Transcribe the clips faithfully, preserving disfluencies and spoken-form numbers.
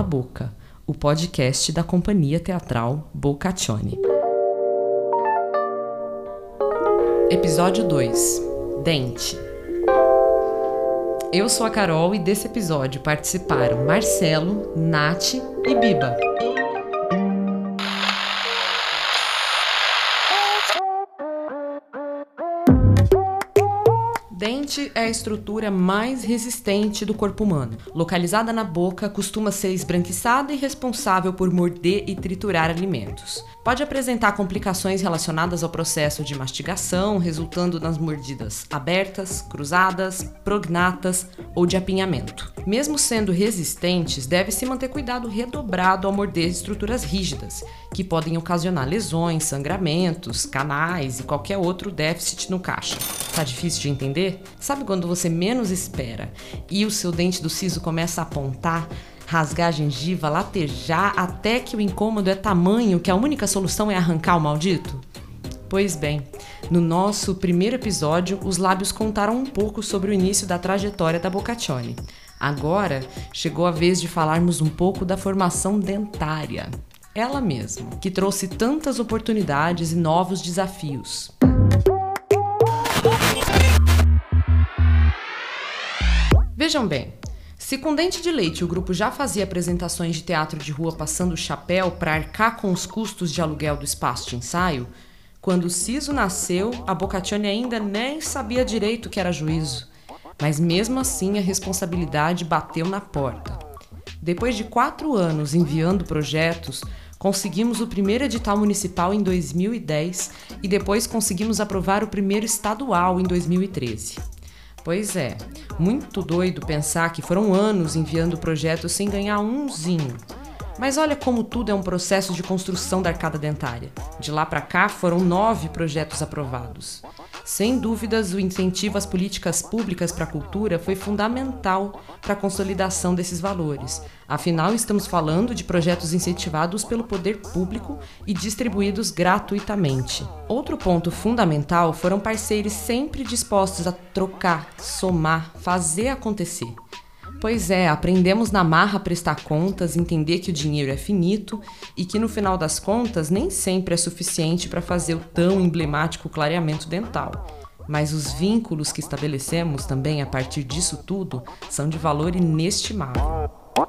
Boca, o podcast da Companhia Teatral Boccaccioni. Episódio dois. Dente. Eu sou a Carol e desse episódio participaram Marcelo, Nath e Biba. Dente é a estrutura mais resistente do corpo humano. Localizada na boca, costuma ser esbranquiçada e responsável por morder e triturar alimentos. Pode apresentar complicações relacionadas ao processo de mastigação, resultando nas mordidas abertas, cruzadas, prognatas ou de apinhamento. Mesmo sendo resistentes, deve-se manter cuidado redobrado ao morder estruturas rígidas, que podem ocasionar lesões, sangramentos, canais e qualquer outro déficit no caixa. Tá difícil de entender? Sabe quando você menos espera e o seu dente do siso começa a apontar, rasgar a gengiva, latejar, até que o incômodo é tamanho que a única solução é arrancar o maldito? Pois bem, no nosso primeiro episódio, os lábios contaram um pouco sobre o início da trajetória da Boccaccioni. Agora, chegou a vez de falarmos um pouco da formação dentária. Ela mesma, que trouxe tantas oportunidades e novos desafios. Vejam bem, se com Dente de Leite o grupo já fazia apresentações de teatro de rua passando o chapéu para arcar com os custos de aluguel do espaço de ensaio, quando o Siso nasceu, a Boccaccioni ainda nem sabia direito o que era juízo. Mas mesmo assim a responsabilidade bateu na porta. Depois de quatro anos enviando projetos, conseguimos o primeiro edital municipal em dois mil e dez e depois conseguimos aprovar o primeiro estadual em dois mil e treze. Pois é, muito doido pensar que foram anos enviando projetos sem ganhar umzinho. Mas olha como tudo é um processo de construção da arcada dentária. De lá para cá foram nove projetos aprovados. Sem dúvidas, o incentivo às políticas públicas para a cultura foi fundamental para a consolidação desses valores. Afinal, estamos falando de projetos incentivados pelo poder público e distribuídos gratuitamente. Outro ponto fundamental foram parceiros sempre dispostos a trocar, somar, fazer acontecer. Pois é, aprendemos na marra a prestar contas, entender que o dinheiro é finito e que no final das contas nem sempre é suficiente para fazer o tão emblemático clareamento dental. Mas os vínculos que estabelecemos também a partir disso tudo são de valor inestimável.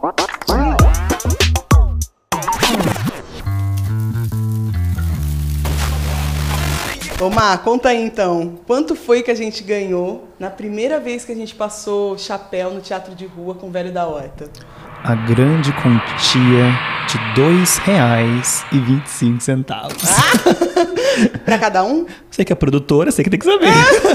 Ô Má, conta aí então, quanto foi que a gente ganhou na primeira vez que a gente passou chapéu no teatro de rua com o Velho da Horta? A grande quantia de dois reais e vinte e cinco centavos. Ah! Pra cada um? Você que é produtora, você que tem que saber.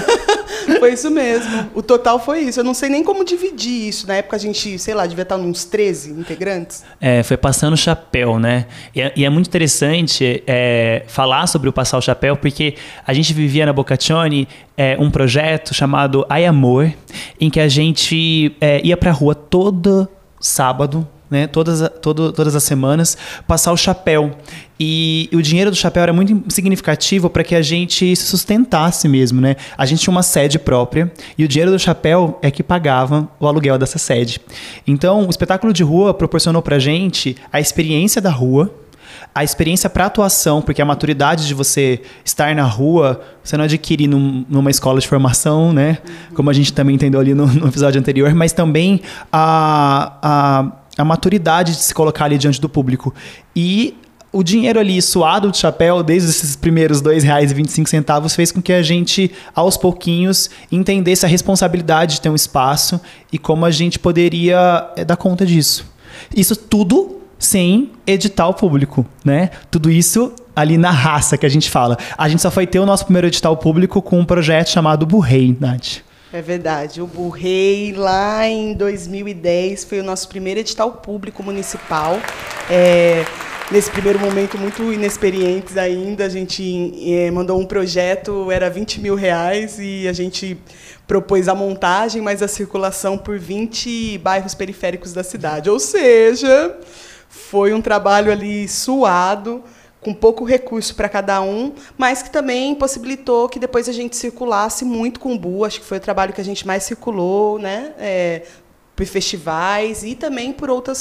Foi isso mesmo. O total foi isso. Eu não sei nem como dividir isso. Na época a gente, sei lá, devia estar uns treze integrantes. É, foi passando o chapéu, né? E é, e é muito interessante é, falar sobre o passar o chapéu, porque a gente vivia na Boccaccioni é, um projeto chamado Ai Amor, em que a gente é, ia pra rua todo sábado, né, todas, todo, todas as semanas, passar o chapéu. E, e o dinheiro do chapéu era muito significativo para que a gente se sustentasse mesmo, né? A gente tinha uma sede própria e o dinheiro do chapéu é que pagava o aluguel dessa sede. Então, o espetáculo de rua proporcionou para a gente a experiência da rua, a experiência para atuação, porque a maturidade de você estar na rua, você não adquire num, numa escola de formação, né? Uhum. Como a gente também entendeu ali no, no episódio anterior, mas também a... a a maturidade de se colocar ali diante do público. E o dinheiro ali suado de chapéu, desde esses primeiros dois reais e vinte e cinco centavos, fez com que a gente, aos pouquinhos, entendesse a responsabilidade de ter um espaço e como a gente poderia é, dar conta disso. Isso tudo sem edital público, né? Tudo isso ali na raça que a gente fala. A gente só foi ter o nosso primeiro edital público com um projeto chamado Burrei, Nath. É verdade, o Burrei lá em dois mil e dez foi o nosso primeiro edital público municipal. É, nesse primeiro momento, muito inexperientes ainda, a gente é, mandou um projeto, era vinte mil reais e a gente propôs a montagem, mas a circulação por vinte bairros periféricos da cidade. Ou seja, foi um trabalho ali suado, com pouco recurso para cada um, mas que também possibilitou que depois a gente circulasse muito com o Bu. Acho que foi o trabalho que a gente mais circulou, né? É, por festivais e também por outras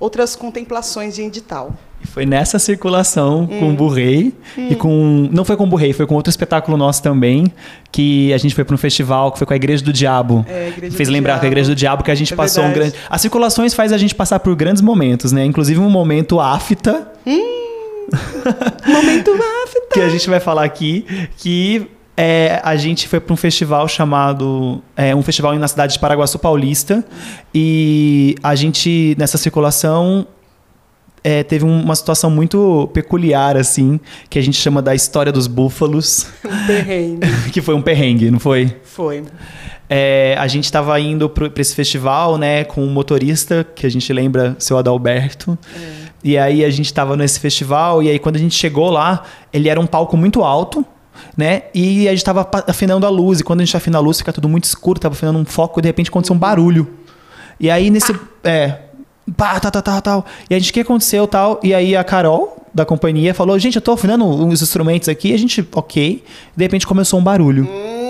outras contemplações de edital. Foi nessa circulação hum. com o Burrei hum. e com... Não foi com o Burrei, foi com outro espetáculo nosso também, que a gente foi para um festival que foi com a Igreja do Diabo. É, a Igreja Fez do lembrar Diabo. com a Igreja do Diabo que a gente é passou verdade. um grande... As circulações faz a gente passar por grandes momentos, né? Inclusive um momento afta. Hum, momento afta. Que a gente vai falar aqui, que... É, a gente foi para um festival chamado... É, um festival na cidade de Paraguaçu Paulista. E a gente, nessa circulação... É, teve uma situação muito peculiar, assim, que a gente chama da história dos búfalos. Um perrengue. Que foi um perrengue, não foi? Foi. É, a gente estava indo para esse festival, né, com um motorista, que a gente lembra, seu Adalberto. É. E aí a gente estava nesse festival, e aí quando a gente chegou lá, ele era um palco muito alto, né? E a gente estava afinando a luz, e quando a gente afina a luz, fica tudo muito escuro, estava afinando um foco, e de repente aconteceu um barulho. E aí nesse... Ah. É... Pá, tal, tal, tal, tal. E a gente, o que aconteceu, tal? E aí a Carol, da companhia, falou, gente, eu tô afinando uns instrumentos aqui. E a gente, ok. De repente começou um barulho.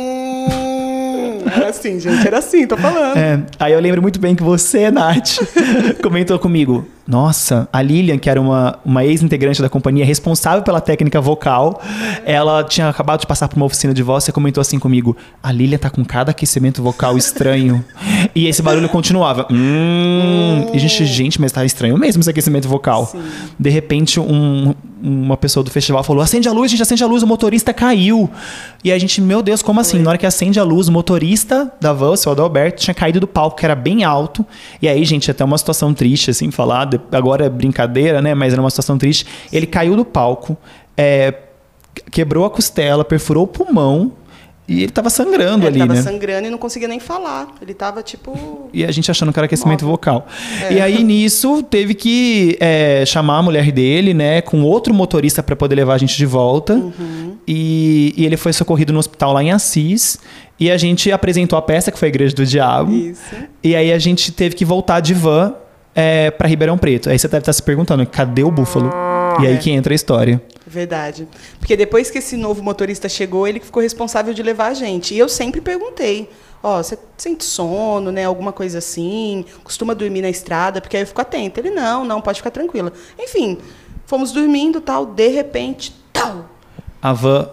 Hum, era assim, gente, era assim, tô falando. É, aí eu lembro muito bem que você, Nath, comentou comigo, nossa, a Lilian, que era uma, uma ex-integrante da companhia, responsável pela técnica vocal, ela tinha acabado de passar por uma oficina de voz, você comentou assim comigo, a Lilian tá com cada aquecimento vocal estranho. E esse barulho continuava. Hum, e a gente, gente, mas tá estranho mesmo esse aquecimento vocal. Sim. De repente, um, uma pessoa do festival falou, acende a luz, gente, acende a luz, o motorista caiu. E a gente, meu Deus, como assim? Na hora que acende a luz, o motorista da van, o seu Adalberto, tinha caído do palco, que era bem alto. E aí, gente, até uma situação triste, assim, falar, agora é brincadeira, né? Mas era uma situação triste. Ele caiu do palco, é, quebrou a costela, perfurou o pulmão. E ele tava sangrando é, ali, ele tava né? sangrando e não conseguia nem falar. Ele tava, tipo... E a gente achando que era aquecimento Móvel. vocal. É. E aí, nisso, teve que é, chamar a mulher dele, né? Com outro motorista para poder levar a gente de volta. Uhum. E, e ele foi socorrido no hospital lá em Assis. E a gente apresentou a peça, que foi a Igreja do Diabo. Isso. E aí a gente teve que voltar de van é, para Ribeirão Preto. Aí você deve estar se perguntando, cadê o búfalo? E aí É. que entra a história. Verdade. Porque depois que esse novo motorista chegou, ele ficou responsável de levar a gente. E eu sempre perguntei, ó, oh, você sente sono, né? Alguma coisa assim? Costuma dormir na estrada? Porque aí eu fico atenta. Ele, não, não, pode ficar tranquila. Enfim, fomos dormindo, tal, de repente, tal. A van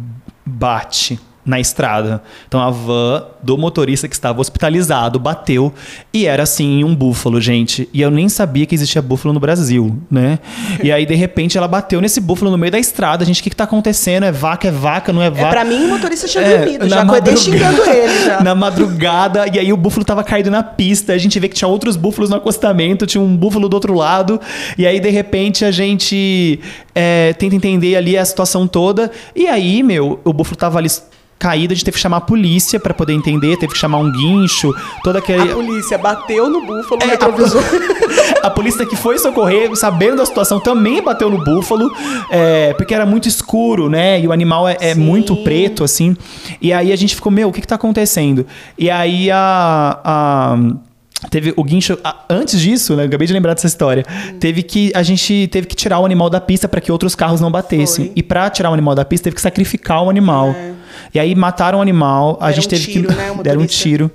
bate na estrada. Então a van do motorista que estava hospitalizado bateu e era assim um búfalo, gente. E eu nem sabia que existia búfalo no Brasil, né? E aí de repente ela bateu nesse búfalo no meio da estrada. Gente, o que que tá acontecendo? É vaca, é vaca, não é vaca? É, pra mim o motorista tinha É, dormido, na já acordei madruga- xingando ele já. Na madrugada, e aí o búfalo tava caído na pista, a gente vê que tinha outros búfalos no acostamento, tinha um búfalo do outro lado, e aí de repente a gente é, tenta entender ali a situação toda, e aí, meu, o búfalo tava ali caído, a gente teve que chamar a polícia pra poder entender, teve que chamar um guincho, toda aquele... A polícia bateu no búfalo, no É, retrovisor. a polícia que foi socorrer, sabendo da situação, também bateu no búfalo, é, porque era muito escuro, né? E o animal é, é Sim. muito preto, assim. E aí a gente ficou, meu, o que que tá acontecendo? E aí a... a teve o guincho... a- Antes disso, né? Eu acabei de lembrar dessa história. Hum. Teve que... A gente teve que tirar o animal da pista para que outros carros não batessem. Foi. E para tirar o animal da pista, teve que sacrificar o animal. É. E aí mataram o animal. A Deram gente um teve tiro, que... né? O Deram um motorista- tiro. O,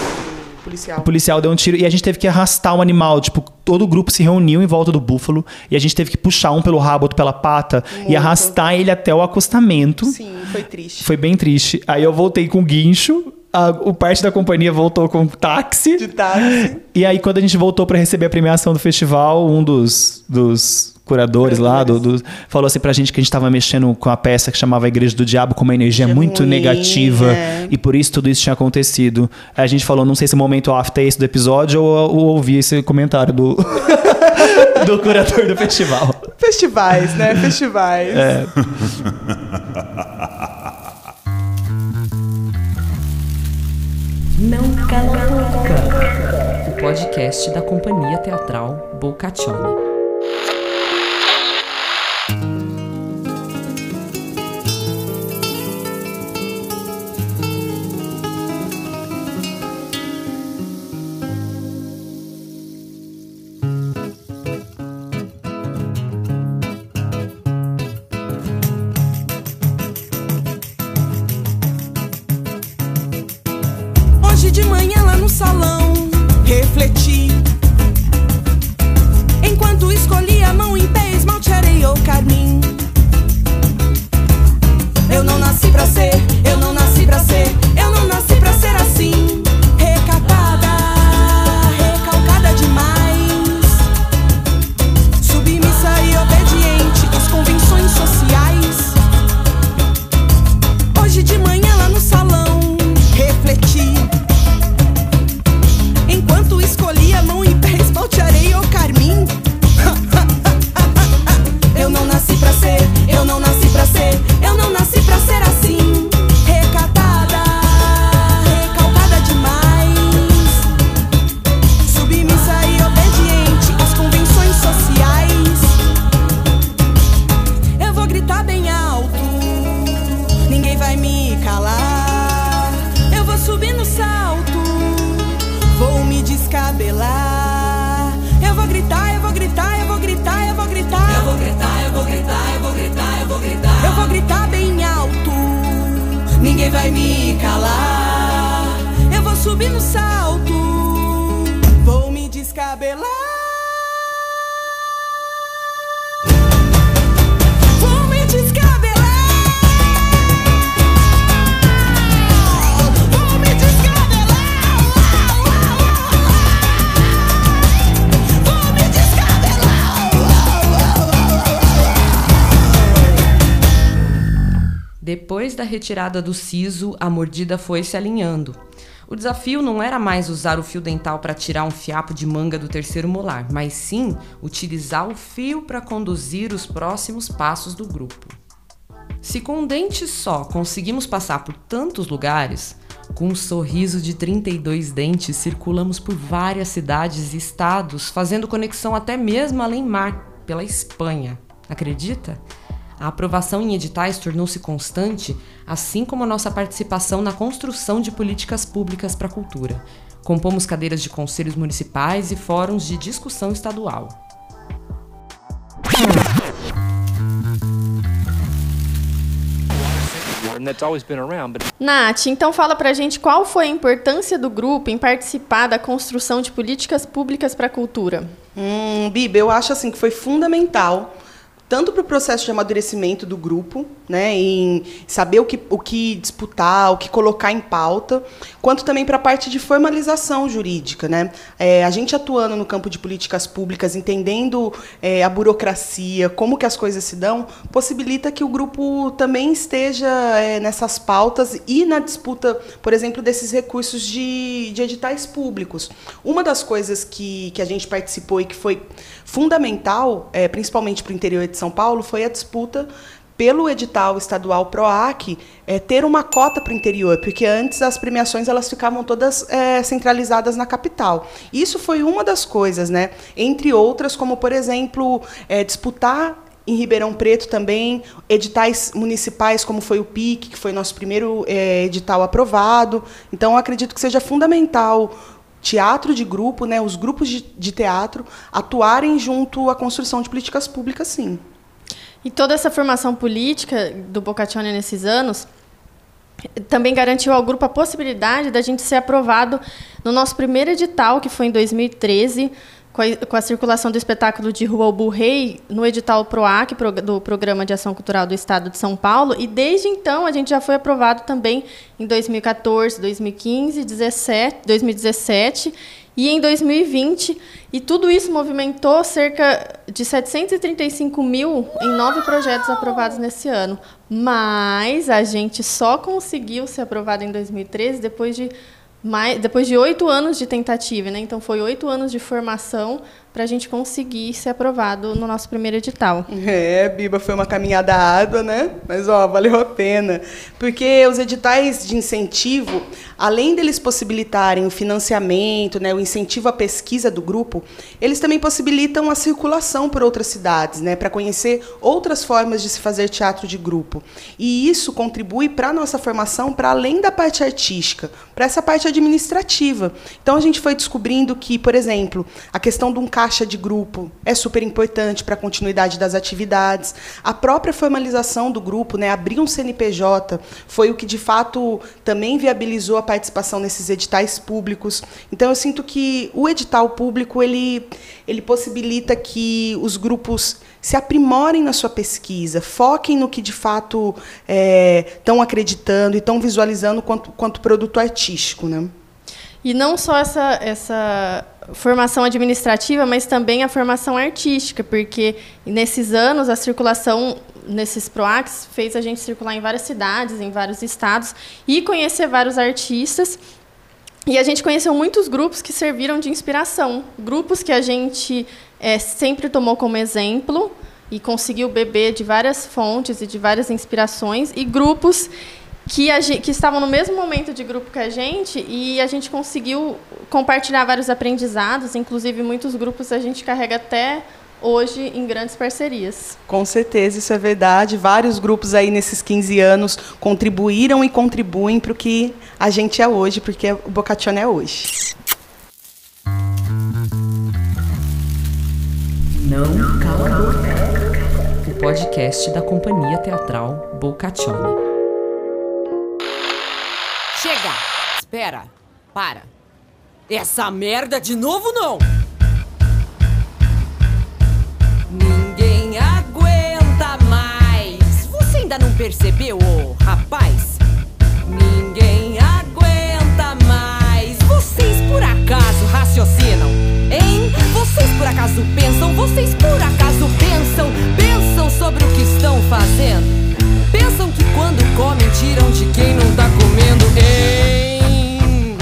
o policial. O policial deu um tiro e a gente teve que arrastar o animal. Tipo, todo o grupo se reuniu em volta do búfalo e a gente teve que puxar um pelo rabo, outro pela pata Muito. e arrastar ele até o acostamento. Sim, foi triste. Foi bem triste. Aí eu voltei com o guincho, a, o parte da companhia voltou com o táxi. De táxi. E aí, quando a gente voltou para receber a premiação do festival, um dos, dos curadores lá do, do, falou assim pra gente que a gente tava mexendo com a peça que chamava A Igreja do Diabo com uma energia Que muito ruim, negativa é. e por isso tudo isso tinha acontecido. Aí a gente falou, não sei se o momento after é esse do episódio ou, ou ouvi esse comentário do, do curador do festival. Festivais, né? Festivais. É. Não Cala a Boca, o podcast da Companhia Teatral Boccaccioni. Hoje de manhã lá no salão, refleti. descabelar. Eu vou gritar, eu vou gritar, eu vou gritar, eu vou gritar. Eu vou gritar, eu vou gritar, eu vou gritar, eu vou gritar. Eu vou gritar bem alto, ninguém vai me calar. Eu vou subir no salto, vou me descabelar. Depois da retirada do siso, a mordida foi se alinhando. O desafio não era mais usar o fio dental para tirar um fiapo de manga do terceiro molar, mas sim utilizar o fio para conduzir os próximos passos do grupo. Se com um dente só conseguimos passar por tantos lugares, com um sorriso de trinta e dois dentes circulamos por várias cidades e estados, fazendo conexão até mesmo além mar, pela Espanha. Acredita? A aprovação em editais tornou-se constante, assim como a nossa participação na construção de políticas públicas para a cultura. Compomos cadeiras de conselhos municipais e fóruns de discussão estadual. Nath, então fala pra gente qual foi a importância do grupo em participar da construção de políticas públicas para a cultura. Hum, Biba, eu acho assim que foi fundamental, tanto para o processo de amadurecimento do grupo, né, em saber o que, o que disputar, o que colocar em pauta, quanto também para a parte de formalização jurídica, né? É, a gente atuando no campo de políticas públicas, entendendo é, a burocracia, como que as coisas se dão, possibilita que o grupo também esteja é, nessas pautas e na disputa, por exemplo, desses recursos de, de editais públicos. Uma das coisas que, que a gente participou e que foi fundamental, é, principalmente para o interior de São Paulo, foi a disputa pelo edital estadual PROAC, é, ter uma cota para o interior, porque antes as premiações elas ficavam todas é, centralizadas na capital. Isso foi uma das coisas, né? Entre outras, como, por exemplo, é, disputar em Ribeirão Preto também editais municipais, como foi o P I C, que foi nosso primeiro é, edital aprovado. Então, eu acredito que seja fundamental teatro de grupo, né, os grupos de, de teatro, atuarem junto à construção de políticas públicas, sim. E toda essa formação política do Boccaccioni nesses anos também garantiu ao grupo a possibilidade da gente ser aprovado no nosso primeiro edital, que foi em dois mil e treze, com a, com a circulação do espetáculo de rua O Burrei no edital PROAC, do Programa de Ação Cultural do Estado de São Paulo, e desde então a gente já foi aprovado também em dois mil e quatorze, dois mil e quinze, dois mil e dezessete e em dois mil e vinte, e tudo isso movimentou cerca de setecentos e trinta e cinco mil em nove projetos aprovados nesse ano. Mas a gente só conseguiu ser aprovado em dois mil e treze depois de mais, depois de oito anos de tentativa, né? Então foi oito anos de formação para a gente conseguir ser aprovado no nosso primeiro edital. É, Biba, foi uma caminhada árdua, né? Mas, ó, valeu a pena. Porque os editais de incentivo, além deles possibilitarem o financiamento, né, o incentivo à pesquisa do grupo, eles também possibilitam a circulação por outras cidades, né, para conhecer outras formas de se fazer teatro de grupo. E isso contribui para a nossa formação, para além da parte artística, para essa parte administrativa. Então, a gente foi descobrindo que, por exemplo, a questão de um caixa de grupo é super importante para a continuidade das atividades. A própria formalização do grupo, né, abrir um C N P J, foi o que, de fato, também viabilizou a participação nesses editais públicos. Então, eu sinto que o edital público ele, ele possibilita que os grupos se aprimorem na sua pesquisa, foquem no que, de fato, estão é, acreditando e estão visualizando quanto, quanto produto artístico, né? E não só essa, essa formação administrativa, mas também a formação artística, porque nesses anos a circulação nesses PROACs fez a gente circular em várias cidades, em vários estados, e conhecer vários artistas. E a gente conheceu muitos grupos que serviram de inspiração, grupos que a gente é, sempre tomou como exemplo e conseguiu beber de várias fontes e de várias inspirações, e grupos que, a gente, que estavam no mesmo momento de grupo que a gente, e a gente conseguiu compartilhar vários aprendizados, inclusive muitos grupos a gente carrega até hoje em grandes parcerias. Com certeza, isso é verdade. Vários grupos aí nesses quinze anos contribuíram e contribuem para o que a gente é hoje, porque o Boccaccioni é hoje. Não Cala a Boca, o podcast da Companhia Teatral Boccaccioni. Chega! Espera! Para! Essa merda de novo não! Ninguém aguenta mais! Você ainda não percebeu, ô rapaz? Ninguém aguenta mais! Vocês por acaso raciocinam, hein? Vocês por acaso pensam? Vocês por acaso pensam? Pensam sobre o que estão fazendo? Pensam que quando comem tiram de quem não tá comendo, hein?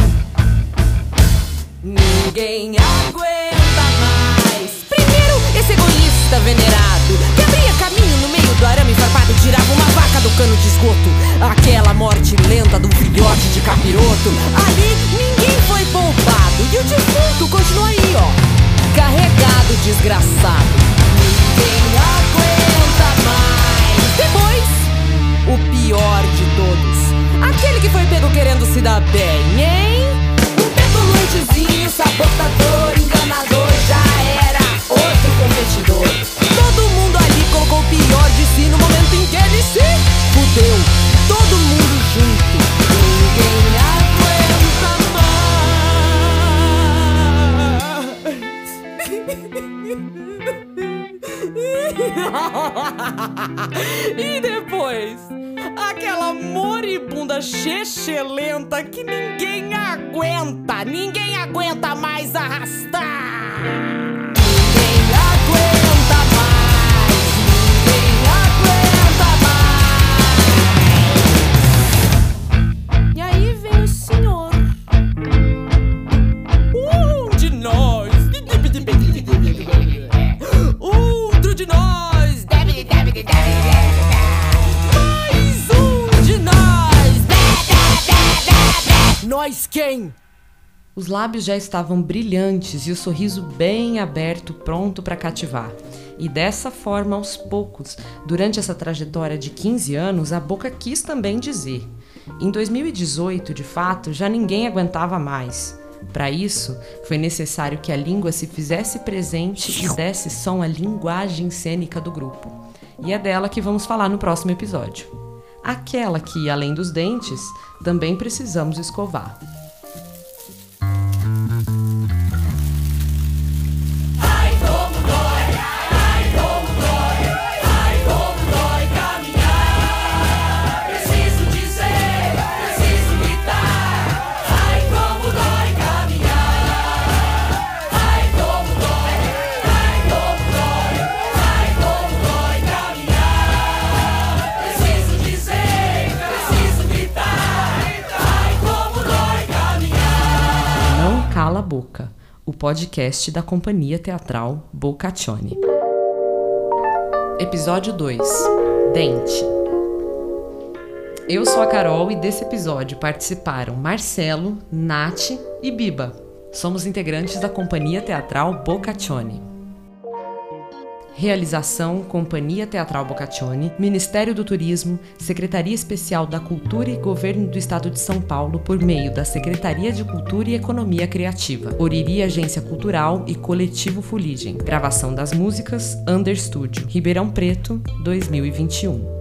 Ninguém aguenta mais. Primeiro, esse egoísta venerado que abria caminho no meio do arame farpado, tirava uma vaca do cano de esgoto. Aquela morte lenta do filhote de capiroto. Ali ninguém foi poupado e o defunto continua aí, ó, carregado, desgraçado. Ninguém aguenta mais. Depois, o pior de todos, aquele que foi pego querendo se dar bem, hein? Um petulantezinho, sabotador, enganador, já era outro competidor. Todo mundo ali colocou o pior de si no momento em que ele se fudeu. Todo mundo junto, ninguém aguenta mais. E depois, aquela moribunda chechelenta que ninguém aguenta, ninguém aguenta mais arrastar. Ninguém aguenta mais, ninguém aguenta mais. E aí vem o senhor, um de nós, outro de nós, mais um de nós. Nós quem? Os lábios já estavam brilhantes e o sorriso bem aberto, pronto para cativar. E dessa forma, aos poucos, durante essa trajetória de quinze anos, a Boca quis também dizer. Em dois mil e dezoito, de fato, já ninguém aguentava mais. Para isso, foi necessário que a língua se fizesse presente e desse som à linguagem cênica do grupo. E é dela que vamos falar no próximo episódio. Aquela que, além dos dentes, também precisamos escovar. Cala a Boca, o podcast da Companhia Teatral Boccaccioni. Episódio dois. Dente. Eu sou a Carol e desse episódio participaram Marcelo, Nath e Biba. Somos integrantes da Companhia Teatral Boccaccioni. Realização Companhia Teatral Boccaccioni, Ministério do Turismo, Secretaria Especial da Cultura e Governo do Estado de São Paulo por meio da Secretaria de Cultura e Economia Criativa, Oriri Agência Cultural e Coletivo Fuligem. Gravação das músicas Under Studio, Ribeirão Preto, dois mil e vinte e um.